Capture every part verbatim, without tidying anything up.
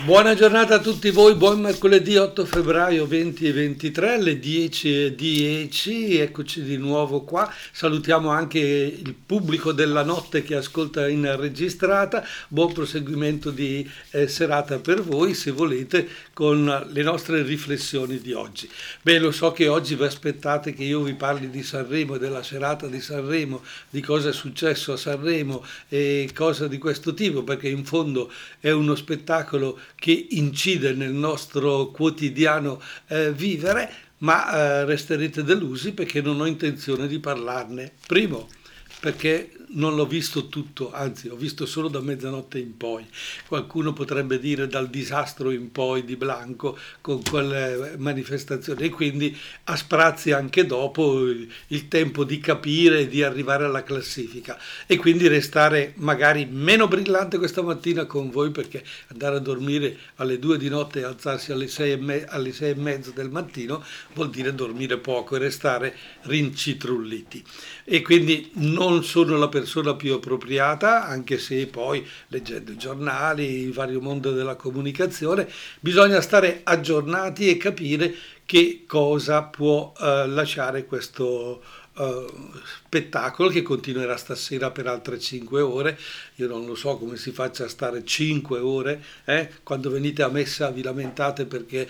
Buona giornata a tutti voi, buon mercoledì otto febbraio duemilaventitré alle dieci e dieci, eccoci di nuovo qua, salutiamo anche il pubblico della notte che ascolta in registrata, buon proseguimento di eh, serata per voi se volete con le nostre riflessioni di oggi. Beh, lo so che oggi vi aspettate che io vi parli di Sanremo, della serata di Sanremo, di cosa è successo a Sanremo e cose di questo tipo, perché in fondo è uno spettacolo che incide nel nostro quotidiano eh, vivere, ma eh, resterete delusi perché non ho intenzione di parlarne. Primo, perché non l'ho visto tutto, anzi ho visto solo da mezzanotte in poi. Qualcuno potrebbe dire dal disastro in poi di Blanco con quelle manifestazioni e quindi a sprazzi anche dopo il, il tempo di capire e di arrivare alla classifica e quindi restare magari meno brillante questa mattina con voi perché andare a dormire alle due di notte e alzarsi alle sei e, me- alle sei e mezzo del mattino vuol dire dormire poco e restare rincitrulliti e quindi non sono la persona più appropriata, anche se poi leggendo i giornali, il vario mondo della comunicazione, bisogna stare aggiornati e capire che cosa può eh, lasciare questo eh, spettacolo che continuerà stasera per altre cinque ore. Io non lo so come si faccia a stare cinque ore, eh? Quando venite a messa vi lamentate perché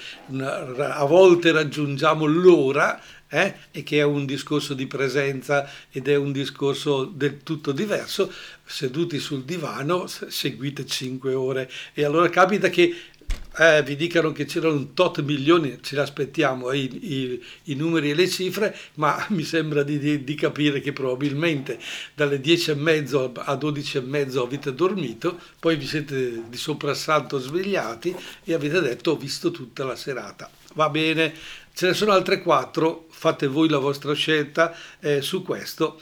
a volte raggiungiamo l'ora. Eh? E che è un discorso di presenza ed è un discorso del tutto diverso, seduti sul divano seguite cinque ore e allora capita che eh, vi dicano che c'erano un tot milioni, ce l'aspettiamo, eh, i, i, i numeri e le cifre, ma mi sembra di, di, di capire che probabilmente dalle dieci e mezzo a dodici e mezzo avete dormito, poi vi siete di soprassalto svegliati e avete detto ho visto tutta la serata. Va bene, ce ne sono altre quattro, fate voi la vostra scelta eh, su questo.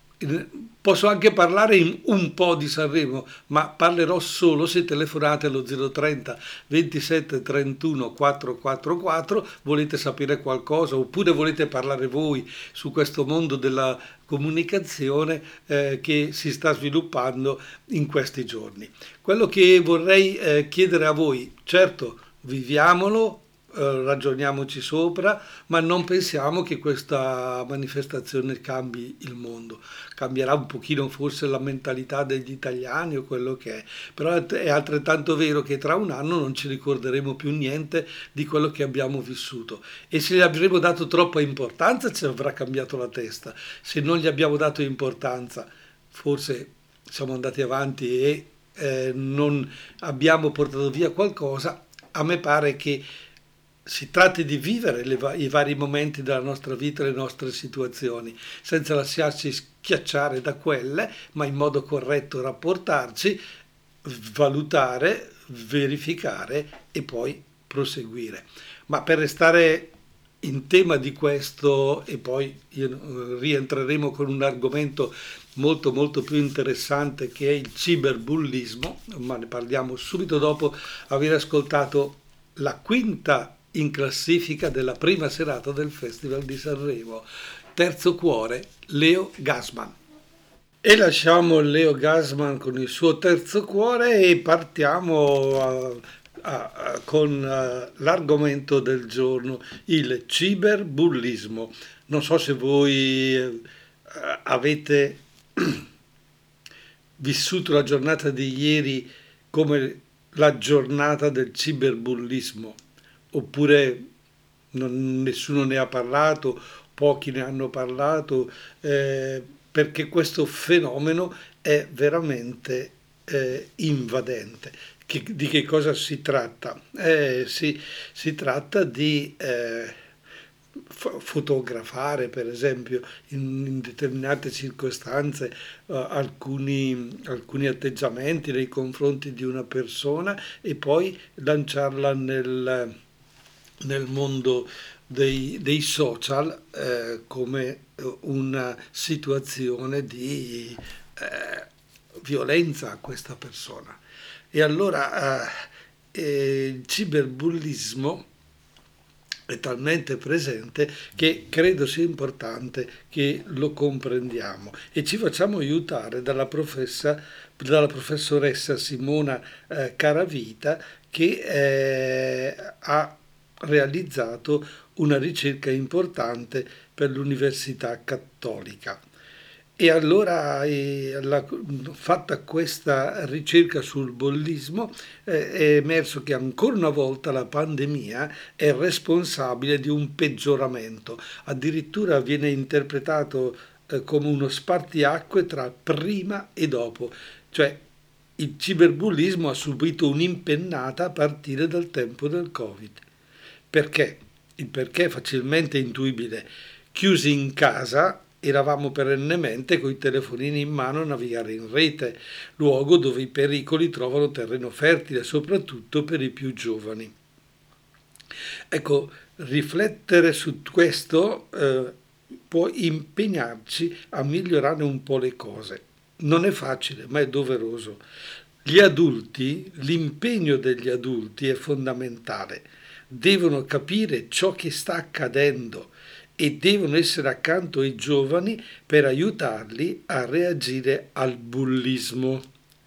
Posso anche parlare in un po' di Sanremo, ma parlerò solo se telefonate allo zero trenta ventisette trentuno quattrocentoquarantaquattro, volete sapere qualcosa oppure volete parlare voi su questo mondo della comunicazione eh, che si sta sviluppando in questi giorni. Quello che vorrei eh, chiedere a voi, certo, viviamolo, eh, ragioniamoci sopra, ma non pensiamo che questa manifestazione cambi il mondo. Cambierà un pochino forse la mentalità degli italiani o quello che è, però è altrettanto vero che tra un anno non ci ricorderemo più niente di quello che abbiamo vissuto e se gli avremo dato troppa importanza ci avrà cambiato la testa, se non gli abbiamo dato importanza forse siamo andati avanti e eh, non abbiamo portato via qualcosa. A me pare che si tratti di vivere le, i vari momenti della nostra vita, le nostre situazioni, senza lasciarci schiacciare da quelle, ma in modo corretto rapportarci, valutare, verificare e poi proseguire. Ma per restare in tema di questo, e poi rientreremo con un argomento molto molto più interessante che è il ciberbullismo, ma ne parliamo subito dopo aver ascoltato la quinta in classifica della prima serata del Festival di Sanremo. Terzo cuore, Leo Gassman. E lasciamo Leo Gassman con il suo terzo cuore e partiamo a, a, a, con a, l'argomento del giorno, il ciberbullismo. Non so se voi eh, avete vissuto la giornata di ieri come la giornata del ciberbullismo, oppure non, nessuno ne ha parlato, pochi ne hanno parlato, eh, perché questo fenomeno è veramente eh, invadente. Che, di che cosa si tratta? Eh, si, si tratta di eh, fotografare, per esempio, in, in determinate circostanze uh, alcuni, alcuni atteggiamenti nei confronti di una persona e poi lanciarla nel, nel mondo dei, dei social eh, come una situazione di eh, violenza a questa persona. E allora eh, il ciberbullismo è talmente presente che credo sia importante che lo comprendiamo e ci facciamo aiutare dalla, professa, dalla professoressa Simona eh, Caravita che eh, ha realizzato una ricerca importante per l'Università Cattolica. E allora, eh, la- fatta questa ricerca sul bullismo, eh, è emerso che ancora una volta la pandemia è responsabile di un peggioramento. Addirittura viene interpretato, eh, come uno spartiacque tra prima e dopo. Cioè, il ciberbullismo ha subito un'impennata a partire dal tempo del Covid. Perché? Il perché è facilmente intuibile. Chiusi in casa, eravamo perennemente coi telefonini in mano a navigare in rete, luogo dove i pericoli trovano terreno fertile, soprattutto per i più giovani. Ecco, riflettere su questo eh, può impegnarci a migliorare un po' le cose. Non è facile, ma è doveroso. Gli adulti, l'impegno degli adulti è fondamentale. Devono capire ciò che sta accadendo e devono essere accanto ai giovani per aiutarli a reagire al bullismo.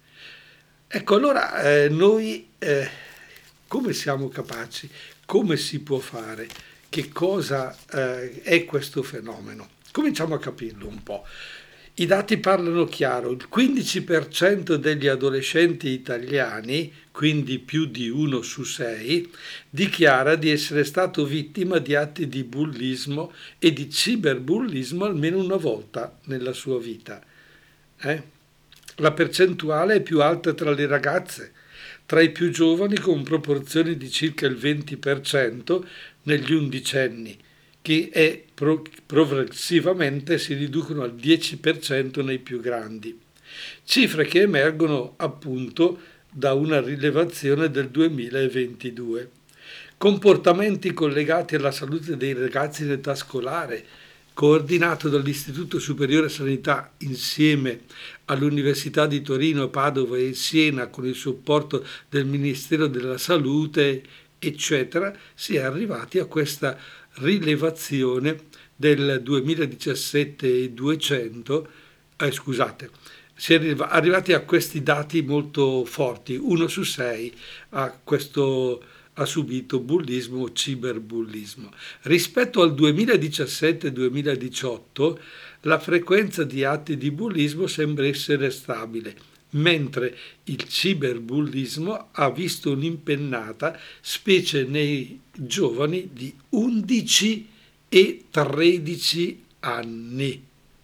Ecco, allora eh, noi eh, come siamo capaci? Come si può fare? Che cosa eh, è questo fenomeno? Cominciamo a capirlo un po'. I dati parlano chiaro, il quindici per cento degli adolescenti italiani, quindi più di uno su sei, dichiara di essere stato vittima di atti di bullismo e di ciberbullismo almeno una volta nella sua vita. Eh? La percentuale è più alta tra le ragazze, tra i più giovani con proporzioni di circa il venti per cento negli undicenni, che è pro- progressivamente si riducono al dieci per cento nei più grandi. Cifre che emergono appunto da una rilevazione del duemilaventidue. Comportamenti collegati alla salute dei ragazzi in età scolare, coordinato dall'Istituto Superiore Sanità insieme all'Università di Torino, Padova e Siena con il supporto del Ministero della Salute, eccetera, si è arrivati a questa rilevazione del duemiladiciassette duecento, eh, scusate, si è arrivati a questi dati molto forti, uno su sei a questo ha subito bullismo o ciberbullismo. Rispetto al duemiladiciassette duemiladiciotto la frequenza di atti di bullismo sembra essere stabile, mentre il ciberbullismo ha visto un'impennata, specie nei giovani di undici e tredici anni.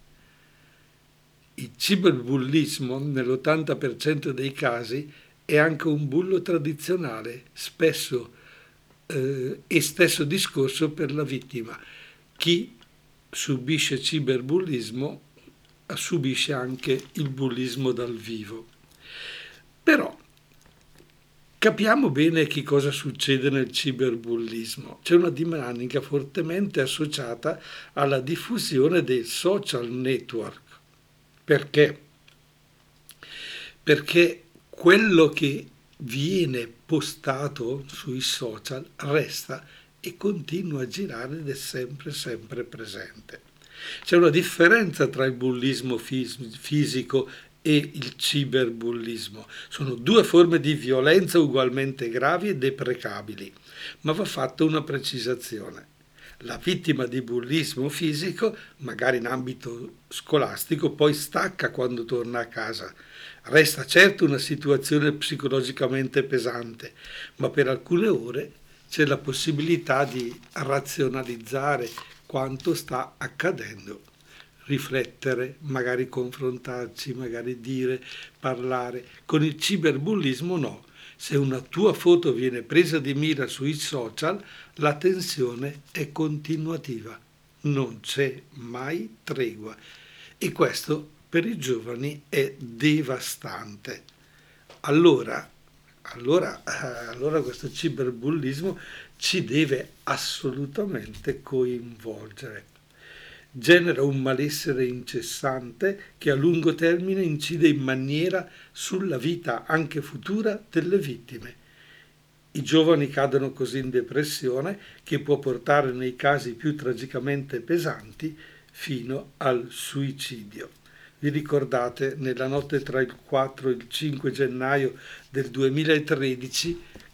Il ciberbullismo, nell'ottanta per cento dei casi, è anche un bullo tradizionale, spesso eh, e stesso discorso per la vittima. Chi subisce ciberbullismo subisce anche il bullismo dal vivo. Però capiamo bene che cosa succede nel ciberbullismo. C'è una dinamica fortemente associata alla diffusione dei social network. Perché? Perché quello che viene postato sui social resta e continua a girare ed è sempre, sempre presente. C'è una differenza tra il bullismo fis- fisico e il ciberbullismo. Sono due forme di violenza ugualmente gravi e deprecabili, ma va fatta una precisazione. La vittima di bullismo fisico, magari in ambito scolastico, poi stacca quando torna a casa. Resta certo una situazione psicologicamente pesante, ma per alcune ore c'è la possibilità di razionalizzare quanto sta accadendo, riflettere, magari confrontarci, magari dire, parlare. Con il ciberbullismo no. Se una tua foto viene presa di mira sui social, la tensione è continuativa, non c'è mai tregua. E questo per i giovani è devastante. Allora, allora, eh, allora questo ciberbullismo ci deve assolutamente coinvolgere. Genera un malessere incessante che a lungo termine incide in maniera sulla vita anche futura delle vittime. I giovani cadono così in depressione che può portare nei casi più tragicamente pesanti fino al suicidio. Vi ricordate nella notte tra il quattro e il cinque gennaio del duemilatredici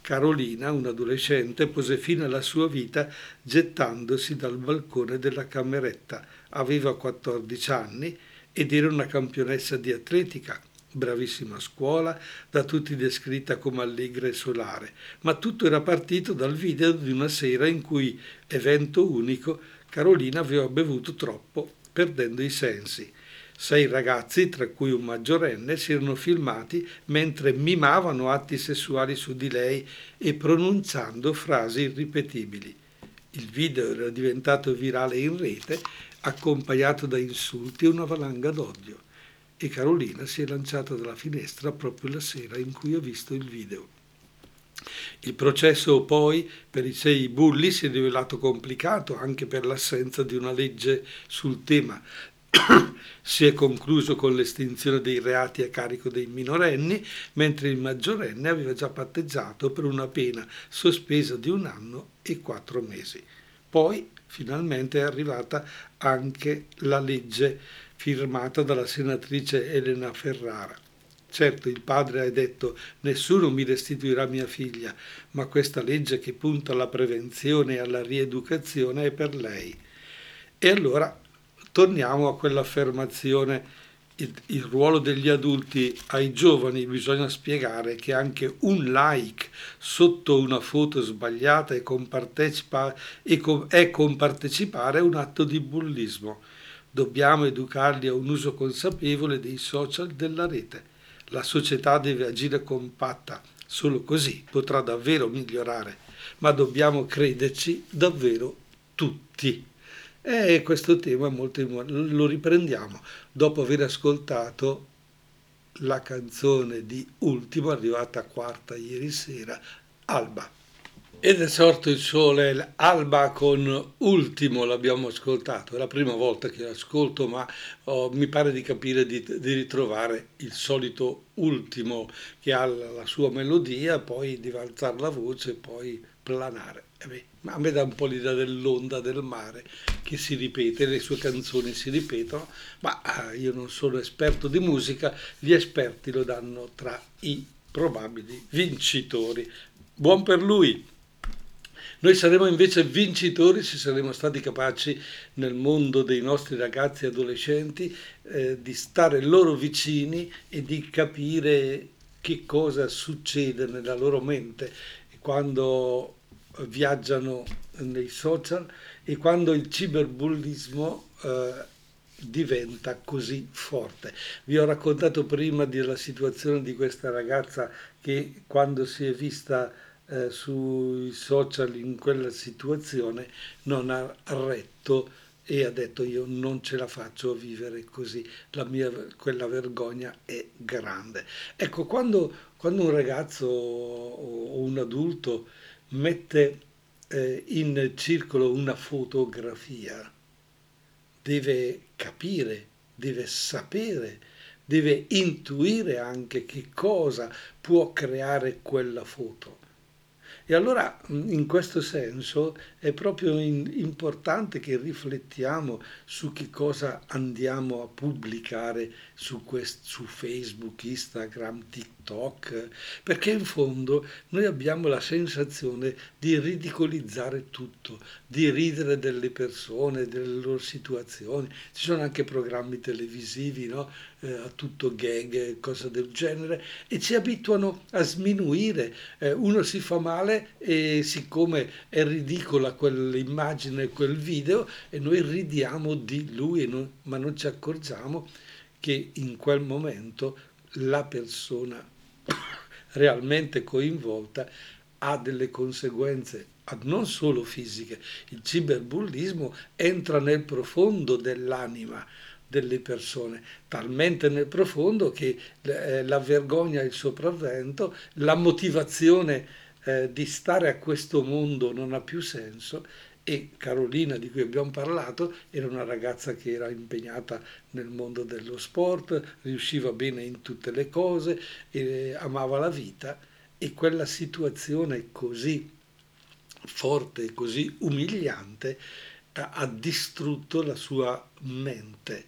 Carolina, un'adolescente, pose fine alla sua vita gettandosi dal balcone della cameretta. Aveva quattordici anni ed era una campionessa di atletica, bravissima a scuola, da tutti descritta come allegra e solare, ma tutto era partito dal video di una sera in cui, evento unico, Carolina aveva bevuto troppo, perdendo i sensi. Sei ragazzi, tra cui un maggiorenne, si erano filmati mentre mimavano atti sessuali su di lei e pronunciando frasi irripetibili. Il video era diventato virale in rete, accompagnato da insulti e una valanga d'odio. E Carolina si è lanciata dalla finestra proprio la sera in cui ha visto il video. Il processo poi per i sei bulli si è rivelato complicato anche per l'assenza di una legge sul tema. Si è concluso con l'estinzione dei reati a carico dei minorenni, mentre il maggiorenne aveva già patteggiato per una pena sospesa di un anno e quattro mesi. Poi finalmente è arrivata anche la legge firmata dalla senatrice Elena Ferrara. Certo, il padre ha detto nessuno mi restituirà mia figlia, ma questa legge che punta alla prevenzione e alla rieducazione è per lei. E allora torniamo a quell'affermazione, il, il ruolo degli adulti ai giovani. Bisogna spiegare che anche un like sotto una foto sbagliata e, compartecipa, e com, è compartecipare a un atto di bullismo. Dobbiamo educarli a un uso consapevole dei social, della rete. La società deve agire compatta, solo così potrà davvero migliorare, ma dobbiamo crederci davvero tutti. E questo tema è molto, lo riprendiamo dopo aver ascoltato la canzone di Ultimo, arrivata quarta ieri sera, Alba. Ed è sorto il sole, Alba con Ultimo l'abbiamo ascoltato, è la prima volta che l'ascolto, ma oh, mi pare di capire di, di ritrovare il solito Ultimo che ha la sua melodia, poi deve alzare la voce e poi planare. Eh beh, a me dà un po' l'idea dell'onda del mare che si ripete, le sue canzoni si ripetono, ma io non sono esperto di musica, gli esperti lo danno tra i probabili vincitori. Buon per lui! Noi saremo invece vincitori se saremo stati capaci nel mondo dei nostri ragazzi e adolescenti eh, di stare loro vicini e di capire che cosa succede nella loro mente quando viaggiano nei social e quando il cyberbullismo eh, diventa così forte. Vi ho raccontato prima della situazione di questa ragazza che quando si è vista eh, sui social in quella situazione non ha retto e ha detto io non ce la faccio a vivere così, la mia, quella vergogna è grande. Ecco, quando, quando un ragazzo o un adulto mette eh, in circolo una fotografia, deve capire, deve sapere, deve intuire anche che cosa può creare quella foto. E allora in questo senso è proprio in, importante che riflettiamo su che cosa andiamo a pubblicare su, quest, su Facebook, Instagram, TikTok, perché in fondo noi abbiamo la sensazione di ridicolizzare tutto, di ridere delle persone, delle loro situazioni. Ci sono anche programmi televisivi, no? Eh, a tutto gag, cose del genere, e ci abituano a sminuire. Eh, uno si fa male e siccome è ridicola quell'immagine, quel video, e noi ridiamo di lui, non, ma non ci accorgiamo che in quel momento la persona realmente coinvolta ha delle conseguenze non solo fisiche. Il cyberbullismo entra nel profondo dell'anima delle persone, talmente nel profondo che eh, la vergogna ha il sopravvento, la motivazione eh, di stare a questo mondo non ha più senso. E Carolina, di cui abbiamo parlato, era una ragazza che era impegnata nel mondo dello sport, riusciva bene in tutte le cose, e amava la vita, e quella situazione così forte, così umiliante, ha distrutto la sua mente.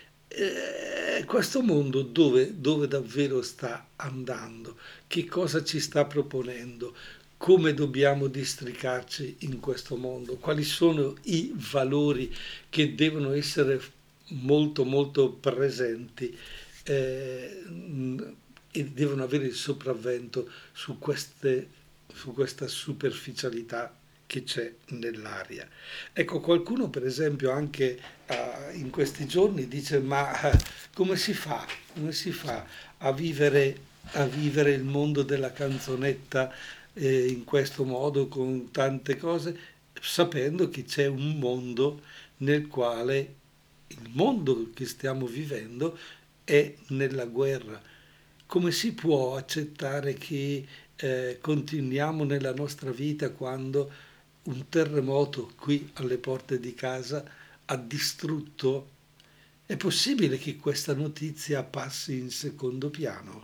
Eh, questo mondo dove, dove davvero sta andando? Che cosa ci sta proponendo? come dobbiamo districarci in questo mondo, quali sono i valori che devono essere molto molto presenti eh, e devono avere il sopravvento su queste, su questa superficialità che c'è nell'aria. Ecco, qualcuno per esempio anche eh, in questi giorni dice ma eh, come si fa? Come si fa a vivere, a vivere il mondo della canzonetta eh, in questo modo, con tante cose, sapendo che c'è un mondo nel quale il mondo che stiamo vivendo è nella guerra. Come si può accettare che eh, continuiamo nella nostra vita quando un terremoto qui alle porte di casa ha distrutto? È possibile che questa notizia passi in secondo piano?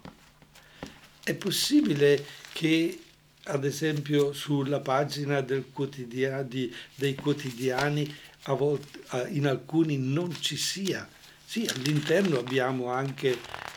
È possibile che, ad esempio, sulla pagina del quotidia- di- dei quotidiani, a volte, a- in alcuni non ci sia? Sì, all'interno abbiamo anche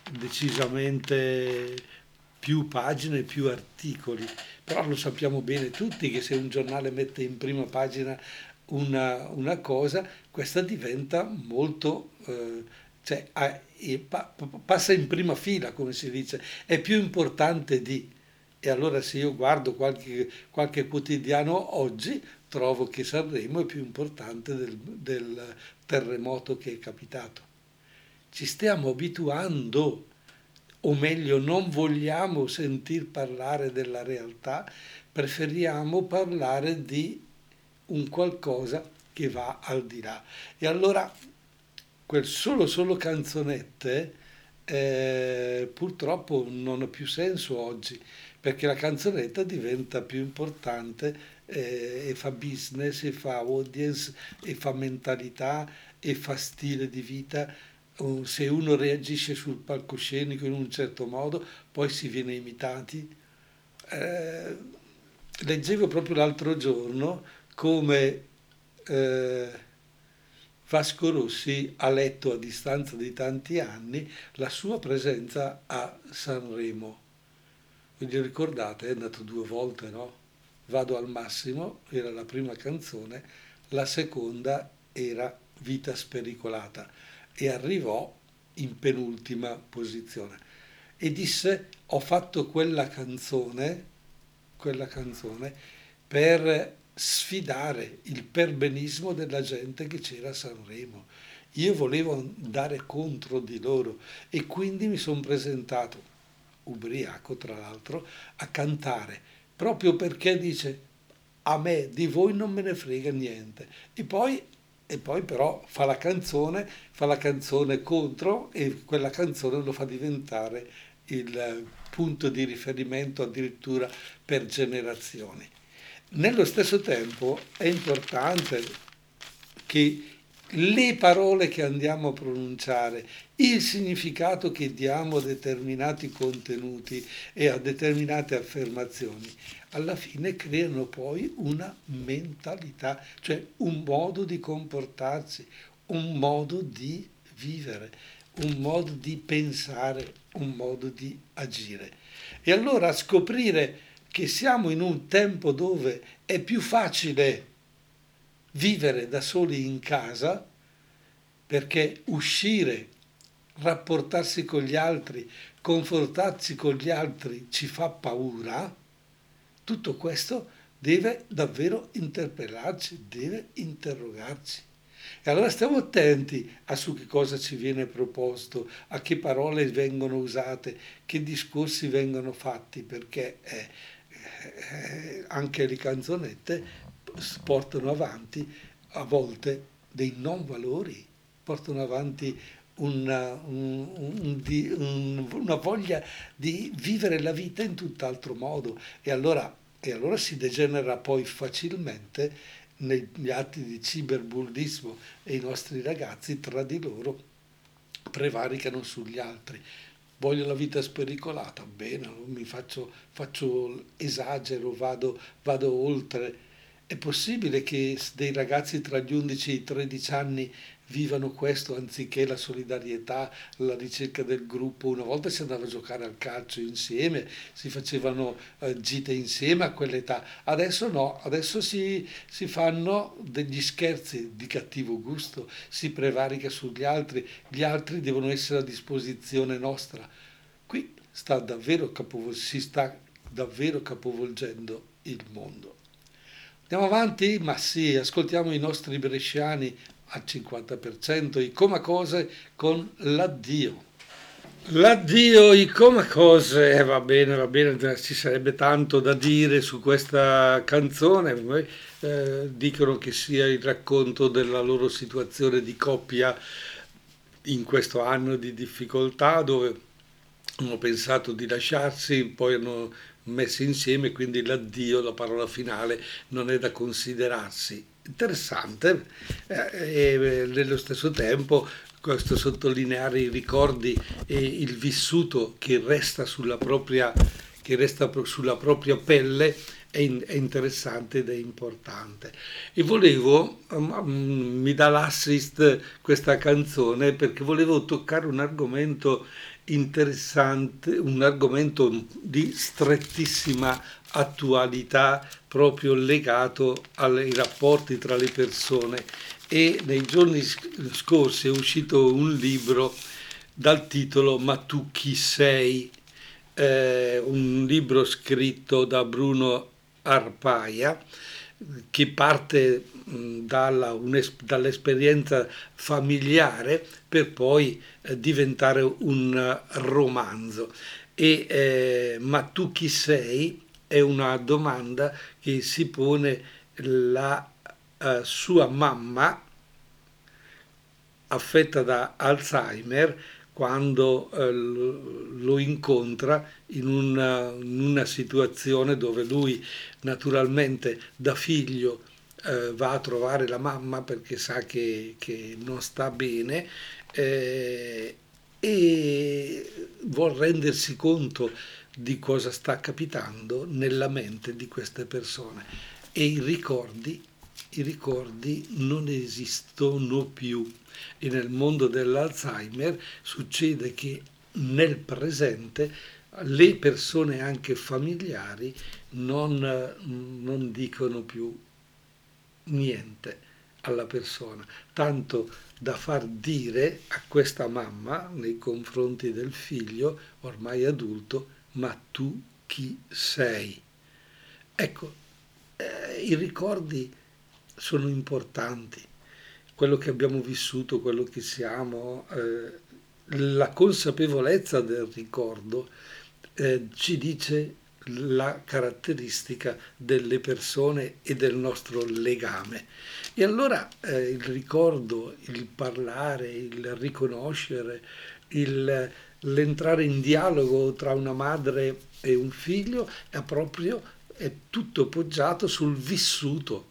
decisamente più pagine, più articoli, però lo sappiamo bene tutti che se un giornale mette in prima pagina una, una cosa, questa diventa molto, eh, cioè, ha- e pa- pa- passa in prima fila, come si dice, è più importante di. E allora se io guardo qualche, qualche quotidiano oggi, trovo che Sanremo è più importante del, del terremoto che è capitato. Ci stiamo abituando, o meglio, non vogliamo sentir parlare della realtà, preferiamo parlare di un qualcosa che va al di là. E allora quel solo solo canzonette eh, purtroppo non ha più senso oggi, perché la canzonetta diventa più importante eh, e fa business, e fa audience, e fa mentalità, e fa stile di vita. Uh, Se uno reagisce sul palcoscenico in un certo modo, poi si viene imitati. Eh, Leggevo proprio l'altro giorno come eh, Vasco Rossi ha letto a distanza di tanti anni la sua presenza a Sanremo. Vi ricordate? È andato due volte, no? Vado al massimo, era la prima canzone, la seconda era Vita spericolata e arrivò in penultima posizione. E disse: Ho fatto quella canzone, quella canzone per sfidare il perbenismo della gente che c'era a Sanremo. Io volevo andare contro di loro e quindi mi sono presentato, ubriaco tra l'altro, a cantare, proprio perché dice a me di voi non me ne frega niente. E poi, e poi però fa la canzone, fa la canzone contro e quella canzone lo fa diventare il punto di riferimento addirittura per generazioni. Nello stesso tempo è importante che le parole che andiamo a pronunciare, il significato che diamo a determinati contenuti e a determinate affermazioni, alla fine creano poi una mentalità, cioè un modo di comportarsi, un modo di vivere, un modo di pensare, un modo di agire. E allora scoprire che siamo in un tempo dove è più facile vivere da soli in casa, perché uscire, rapportarsi con gli altri, confortarsi con gli altri ci fa paura, tutto questo deve davvero interpellarci, deve interrogarci. E allora stiamo attenti a su che cosa ci viene proposto, a che parole vengono usate, che discorsi vengono fatti, perché eh, eh, anche le canzonette portano avanti a volte dei non valori, portano avanti una, un- un- di- un- una voglia di vivere la vita in tutt'altro modo e allora, e allora si degenera poi facilmente negli atti di cyberbullismo e i nostri ragazzi tra di loro prevaricano sugli altri. Voglio la vita spericolata, bene, mi faccio, faccio esagero, vado, vado oltre. È possibile che s- dei ragazzi tra gli undici e i tredici anni vivano questo anziché la solidarietà, la ricerca del gruppo? Una volta si andava a giocare al calcio insieme, si facevano eh, gite insieme a quell'età. Adesso no, adesso si, si fanno degli scherzi di cattivo gusto, si prevarica sugli altri, gli altri devono essere a disposizione nostra. Qui sta davvero capovol- si sta davvero capovolgendo il mondo. Andiamo avanti? Ma sì, ascoltiamo i nostri bresciani al cinquanta per cento, i Comacose con l'addio. L'addio, i Comacose, eh, va bene, va bene, ci sarebbe tanto da dire su questa canzone. Poi, eh, dicono che sia il racconto della loro situazione di coppia in questo anno di difficoltà dove hanno pensato di lasciarsi, poi hanno messo insieme, quindi l'addio, la parola finale, non è da considerarsi. Interessante, eh, e nello stesso tempo questo sottolineare i ricordi e il vissuto che resta sulla propria, che resta pro- sulla propria pelle è, in- è interessante ed è importante. E volevo, um, um, mi dà l'assist questa canzone perché volevo toccare un argomento interessante, un argomento di strettissima attualità proprio legato ai rapporti tra le persone e nei giorni scorsi è uscito un libro dal titolo Ma tu chi sei? Eh, un libro scritto da Bruno Arpaia che parte mh, dalla, un'es- dall'esperienza familiare per poi eh, diventare un eh, romanzo. E, eh, ma tu chi sei? È una domanda che si pone la eh, sua mamma affetta da Alzheimer quando eh, lo incontra in una, in una situazione dove lui naturalmente da figlio eh, va a trovare la mamma perché sa che, che non sta bene eh, e vuol rendersi conto di cosa sta capitando nella mente di queste persone e i ricordi, i ricordi non esistono più e nel mondo dell'Alzheimer succede che nel presente le persone anche familiari non, non dicono più niente alla persona, tanto da far dire a questa mamma nei confronti del figlio ormai adulto, ma tu chi sei? Ecco, eh, i ricordi sono importanti, quello che abbiamo vissuto, quello che siamo, eh, la consapevolezza del ricordo eh, ci dice la caratteristica delle persone e del nostro legame. E allora eh, il ricordo, il parlare, il riconoscere, il, l'entrare in dialogo tra una madre e un figlio è proprio, è tutto poggiato sul vissuto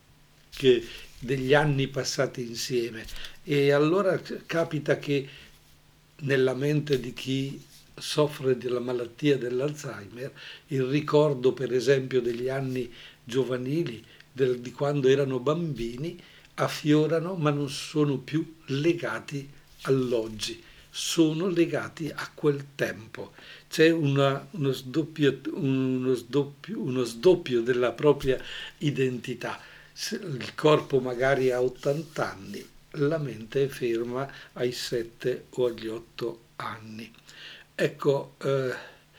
che degli anni passati insieme. E allora capita che nella mente di chi soffre della malattia dell'Alzheimer, il ricordo per esempio degli anni giovanili, del- di quando erano bambini, affiorano ma non sono più legati all'oggi, sono legati a quel tempo. C'è una- uno, sdoppio, uno, sdoppio, uno sdoppio della propria identità. Se il corpo magari ha ottanta anni, la mente è ferma ai sette o agli otto anni. Ecco, eh,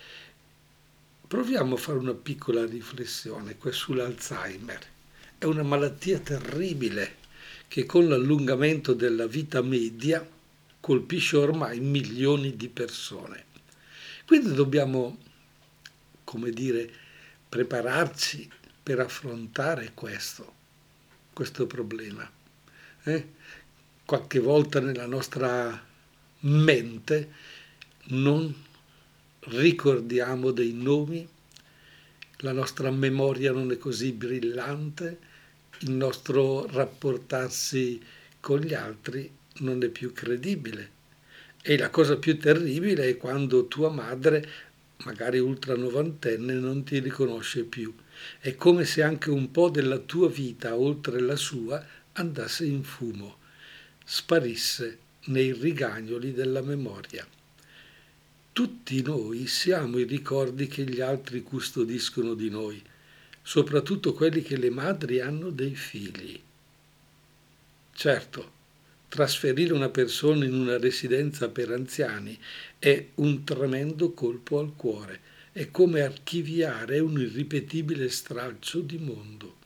proviamo a fare una piccola riflessione qua sull'Alzheimer. È una malattia terribile che con l'allungamento della vita media colpisce ormai milioni di persone. Quindi dobbiamo, come dire, prepararci per affrontare questo, questo problema. eh? Qualche volta nella nostra mente non ricordiamo dei nomi, la nostra memoria non è così brillante, il nostro rapportarsi con gli altri non è più credibile. E la cosa più terribile è quando tua madre, magari ultra novantenne, non ti riconosce più. È come se anche un po' della tua vita, oltre la sua, andasse in fumo, sparisse nei rigagnoli della memoria. Tutti noi siamo i ricordi che gli altri custodiscono di noi, soprattutto quelli che le madri hanno dei figli. Certo, trasferire una persona in una residenza per anziani è un tremendo colpo al cuore, è come archiviare un irripetibile stralcio di mondo.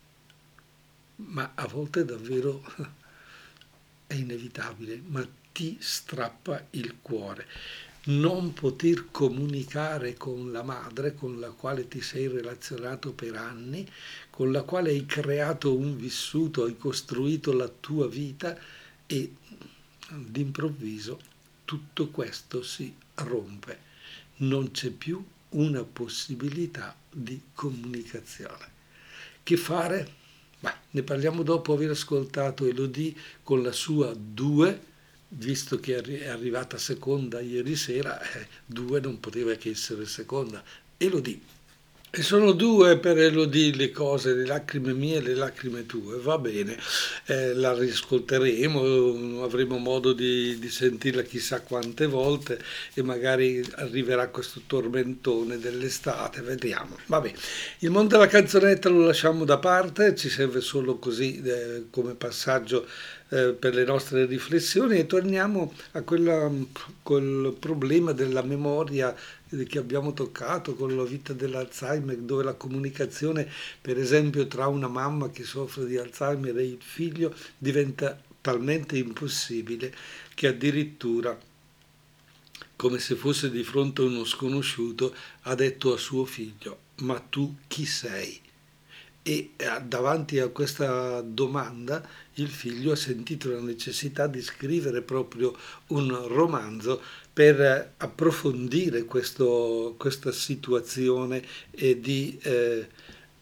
Ma a volte davvero è inevitabile, ma ti strappa il cuore. Non poter comunicare con la madre con la quale ti sei relazionato per anni, con la quale hai creato un vissuto, hai costruito la tua vita e d'improvviso tutto questo si rompe. Non c'è più una possibilità di comunicazione. Che fare? Beh, ne parliamo dopo aver ascoltato Elodie con la sua due, visto che è arrivata seconda ieri sera, eh, due non poteva che essere seconda. Elodie. E sono due per Elodie le cose, le lacrime mie e le lacrime tue, va bene, eh, la riscolteremo, avremo modo di, di sentirla chissà quante volte e magari arriverà questo tormentone dell'estate, vediamo. Vabbè, il mondo della canzonetta lo lasciamo da parte, ci serve solo così eh, come passaggio eh, per le nostre riflessioni e torniamo a quella, quel problema della memoria che abbiamo toccato con la vita dell'Alzheimer, dove la comunicazione, per esempio, tra una mamma che soffre di Alzheimer e il figlio diventa talmente impossibile che addirittura, come se fosse di fronte a uno sconosciuto, ha detto a suo figlio: "Ma tu chi sei?" E davanti a questa domanda il figlio ha sentito la necessità di scrivere proprio un romanzo per approfondire questo, questa situazione e di, eh,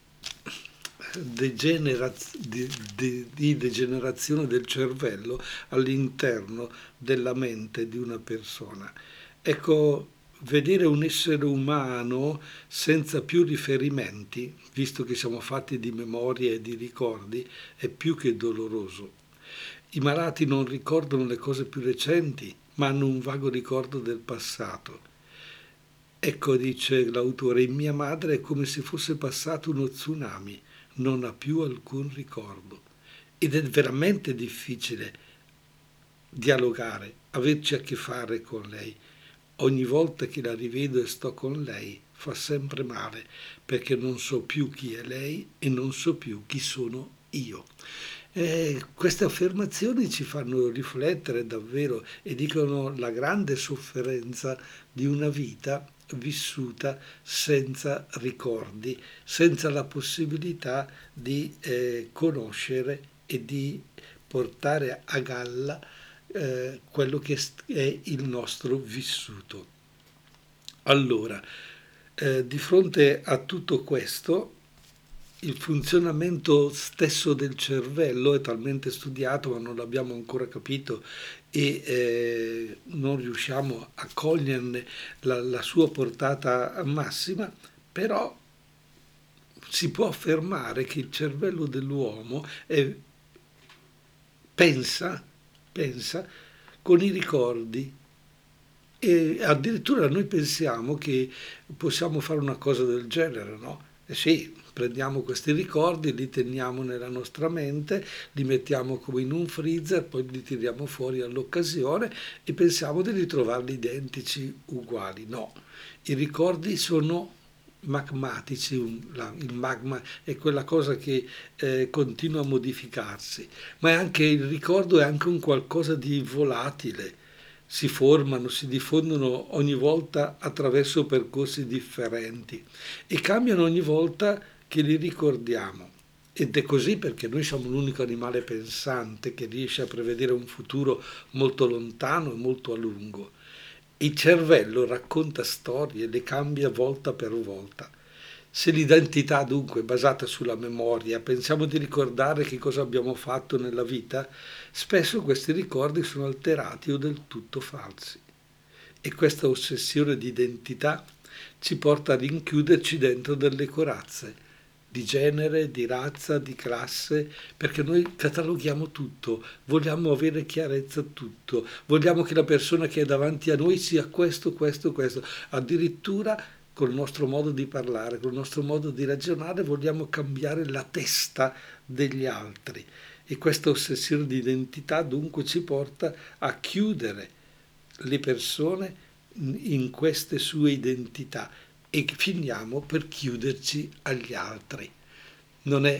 degeneraz- di, di, di degenerazione del cervello all'interno della mente di una persona. Ecco, vedere un essere umano senza più riferimenti, visto che siamo fatti di memoria e di ricordi, è più che doloroso. I malati non ricordano le cose più recenti, ma hanno un vago ricordo del passato. Ecco, dice l'autore, in mia madre è come se fosse passato uno tsunami, non ha più alcun ricordo. Ed è veramente difficile dialogare, averci a che fare con lei. Ogni volta che la rivedo e sto con lei fa sempre male, perché non so più chi è lei e non so più chi sono io. Eh, queste affermazioni ci fanno riflettere davvero e dicono la grande sofferenza di una vita vissuta senza ricordi, senza la possibilità di eh, conoscere e di portare a galla eh, quello che è il nostro vissuto. Allora, eh, di fronte a tutto questo, il funzionamento stesso del cervello è talmente studiato, ma non l'abbiamo ancora capito e eh, non riusciamo a coglierne la, la sua portata massima, però si può affermare che il cervello dell'uomo è, pensa, pensa con i ricordi. E addirittura noi pensiamo che possiamo fare una cosa del genere, no? Eh sì, prendiamo questi ricordi, li teniamo nella nostra mente, li mettiamo come in un freezer, poi li tiriamo fuori all'occasione e pensiamo di ritrovarli identici, uguali. No, i ricordi sono magmatici, un- la- il magma è quella cosa che eh, continua a modificarsi, ma è anche il ricordo è anche un qualcosa di volatile, si formano, si diffondono ogni volta attraverso percorsi differenti e cambiano ogni volta che li ricordiamo. Ed è così perché noi siamo l'unico animale pensante che riesce a prevedere un futuro molto lontano e molto a lungo. Il cervello racconta storie, le cambia volta per volta. Se l'identità dunque è basata sulla memoria, pensiamo di ricordare che cosa abbiamo fatto nella vita, spesso questi ricordi sono alterati o del tutto falsi. E questa ossessione di identità ci porta a rinchiuderci dentro delle corazze, di genere, di razza, di classe, perché noi cataloghiamo tutto, vogliamo avere chiarezza su tutto, vogliamo che la persona che è davanti a noi sia questo, questo, questo, addirittura col nostro modo di parlare, col nostro modo di ragionare vogliamo cambiare la testa degli altri e questa ossessione di identità dunque ci porta a chiudere le persone in queste sue identità e finiamo per chiuderci agli altri. Non è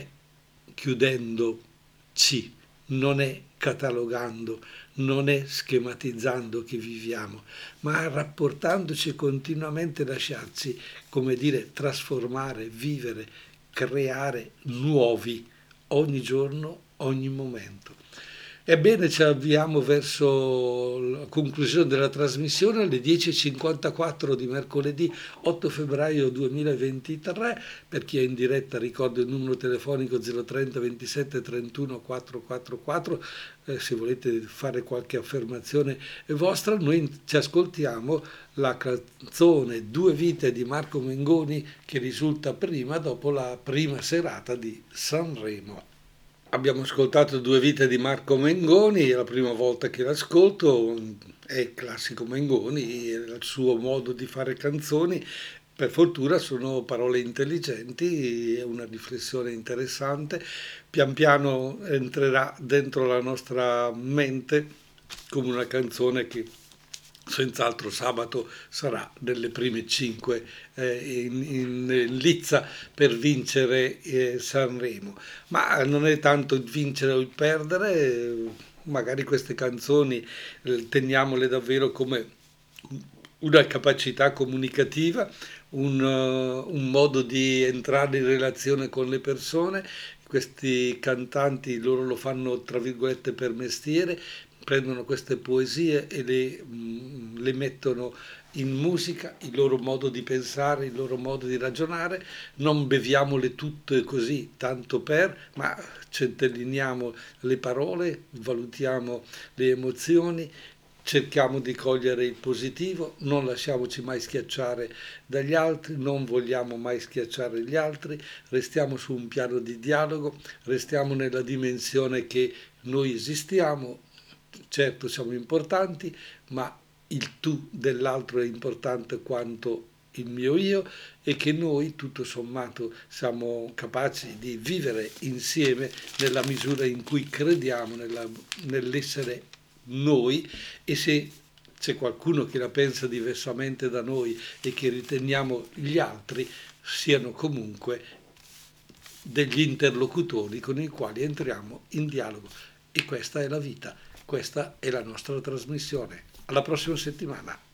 chiudendoci, non è catalogando, non è schematizzando che viviamo, ma rapportandoci continuamente, lasciarci, come dire, trasformare, vivere, creare nuovi ogni giorno, ogni momento. Ebbene, ci avviamo verso la conclusione della trasmissione alle dieci e cinquantaquattro di mercoledì otto febbraio duemilaventitré. Per chi è in diretta ricordo il numero telefonico zero trenta ventisette trentuno quattrocentoquarantaquattro, eh, se volete fare qualche affermazione vostra. Noi ci ascoltiamo la canzone Due vite di Marco Mengoni, che risulta prima dopo la prima serata di Sanremo. Abbiamo ascoltato Due vite di Marco Mengoni, è la prima volta che l'ascolto, è il classico Mengoni, è il suo modo di fare canzoni. Per fortuna sono parole intelligenti, è una riflessione interessante, pian piano entrerà dentro la nostra mente come una canzone che senz'altro sabato sarà nelle prime cinque eh, in, in lizza per vincere eh, Sanremo. Ma non è tanto il vincere o il perdere, eh, magari queste canzoni eh, teniamole davvero come una capacità comunicativa, un, uh, un modo di entrare in relazione con le persone. Questi cantanti loro lo fanno tra virgolette per mestiere, prendono queste poesie e le, mh, le mettono in musica, il loro modo di pensare, il loro modo di ragionare. Non beviamole tutte così, tanto per, ma centelliniamo le parole, valutiamo le emozioni, cerchiamo di cogliere il positivo, non lasciamoci mai schiacciare dagli altri, non vogliamo mai schiacciare gli altri, restiamo su un piano di dialogo, restiamo nella dimensione che noi esistiamo. Certo siamo importanti, ma il tu dell'altro è importante quanto il mio io, e che noi tutto sommato siamo capaci di vivere insieme nella misura in cui crediamo nella, nell'essere noi. E se c'è qualcuno che la pensa diversamente da noi e che riteniamo gli altri siano comunque degli interlocutori con i quali entriamo in dialogo. E questa è la vita. Questa è la nostra trasmissione. Alla prossima settimana.